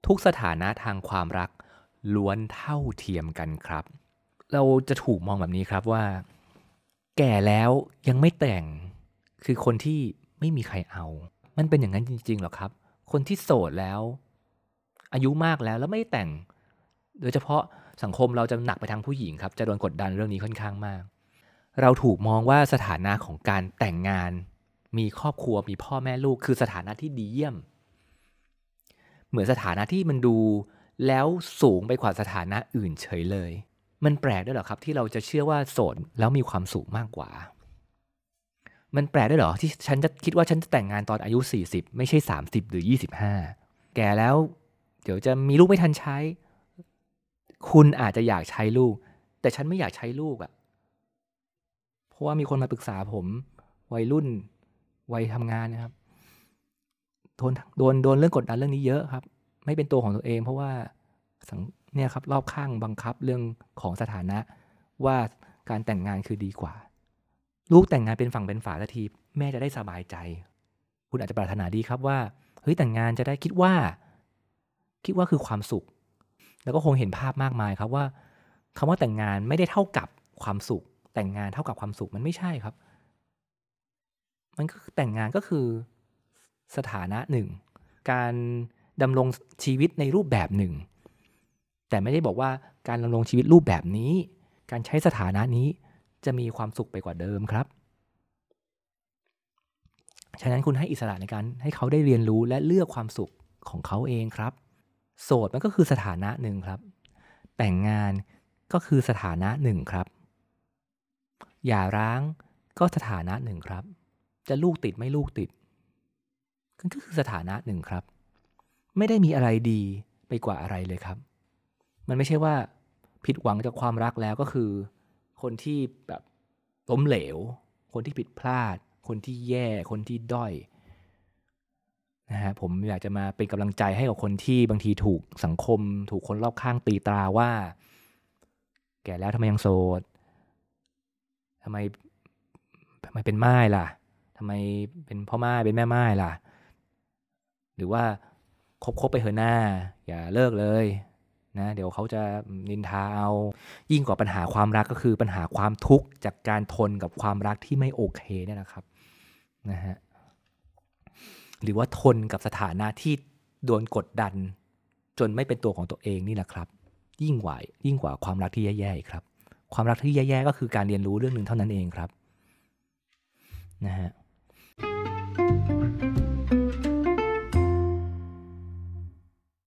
ทุกสถานะทางความรักล้วนเท่าเทียมกันครับเราจะถูกมองแบบนี้ครับว่าแก่แล้วยังไม่แต่งคือคนที่ไม่มีใครเอามันเป็นอย่างนั้นจริงๆหรอครับคนที่โสดแล้วอายุมากแล้วไม่แต่งโดยเฉพาะสังคมเราจะหนักไปทางผู้หญิงครับจะโดนกดดันเรื่องนี้ค่อนข้างมากเราถูกมองว่าสถานะของการแต่งงานมีครอบครัวมีพ่อแม่ลูกคือสถานะที่ดีเยี่ยมเหมือนสถานะที่มันดูแล้วสูงไปกว่าสถานะอื่นเฉยเลยมันแปลกด้วยเหรอครับที่เราจะเชื่อว่าโสดแล้วมีความสุขมากกว่ามันแปลกด้วยเหรอที่ฉันจะคิดว่าฉันจะแต่งงานตอนอายุ40ไม่ใช่30หรือ25แก่แล้วเดี๋ยวจะมีลูกไม่ทันใช้คุณอาจจะอยากใช้ลูกแต่ฉันไม่อยากใช้ลูกอ่ะเพราะว่ามีคนมาปรึกษาผมวัยรุ่นวัยทำงานนะครับโดนเรื่องกดดันเรื่องนี้เยอะครับไม่เป็นตัวของตัวเองเพราะว่าเนี่ยครับรอบข้างบังคับเรื่องของสถานะว่าการแต่งงานคือดีกว่าลูกแต่งงานเป็นฝั่งเป็นฝาสักทีแม่จะได้สบายใจคุณอาจจะปรารถนาดีครับว่าเฮ้ยแต่งงานจะได้คิดว่าคือความสุขแล้วก็คงเห็นภาพมากมายครับว่าคำว่าแต่งงานไม่ได้เท่ากับความสุขแต่งงานเท่ากับความสุขมันไม่ใช่ครับมันก็คือแต่งงานก็คือสถานะหนึ่งการดำรงชีวิตในรูปแบบหนึ่งแต่ไม่ได้บอกว่าการดำรงชีวิตรูปแบบนี้การใช้สถานะนี้จะมีความสุขไปกว่าเดิมครับฉะนั้นคุณให้อิสระในการให้เขาได้เรียนรู้และเลือกความสุขของเขาเองครับโสดมันก็คือสถานะหนึ่งครับแต่งงานก็คือสถานะหนึ่งครับหย่าร้างก็สถานะหนึ่งครับจะลูกติดไม่ลูกติดก็คือสถานะหนึ่งครับไม่ได้มีอะไรดีไปกว่าอะไรเลยครับมันไม่ใช่ว่าผิดหวังจากความรักแล้วก็คือคนที่แบบล้มเหลวคนที่ผิดพลาดคนที่แย่คนที่ด้อยนะฮะผมอยากจะมาเป็นกำลังใจให้กับคนที่บางทีถูกสังคมถูกคนรอบข้างตีตราว่าแก่แล้วทำไมยังโสดทำไมเป็นม่ายล่ะทำไมเป็นพ่อม่ายเป็นแม่ม่ายล่ะหรือว่าคบไปเถอะหน้าอย่าเลิกเลยนะเดี๋ยวเขาจะนินทาเอายิ่งกว่าปัญหาความรักก็คือปัญหาความทุกข์จากการทนกับความรักที่ไม่โอเคเนี่ยนะครับนะฮะหรือว่าทนกับสถานะที่โดนกดดันจนไม่เป็นตัวของตัวเองนี่แหละครับยิ่งกว่าความรักที่แย่ๆครับความรักที่แย่ๆก็คือการเรียนรู้เรื่องหนึ่งเท่านั้นเองครับนะฮะ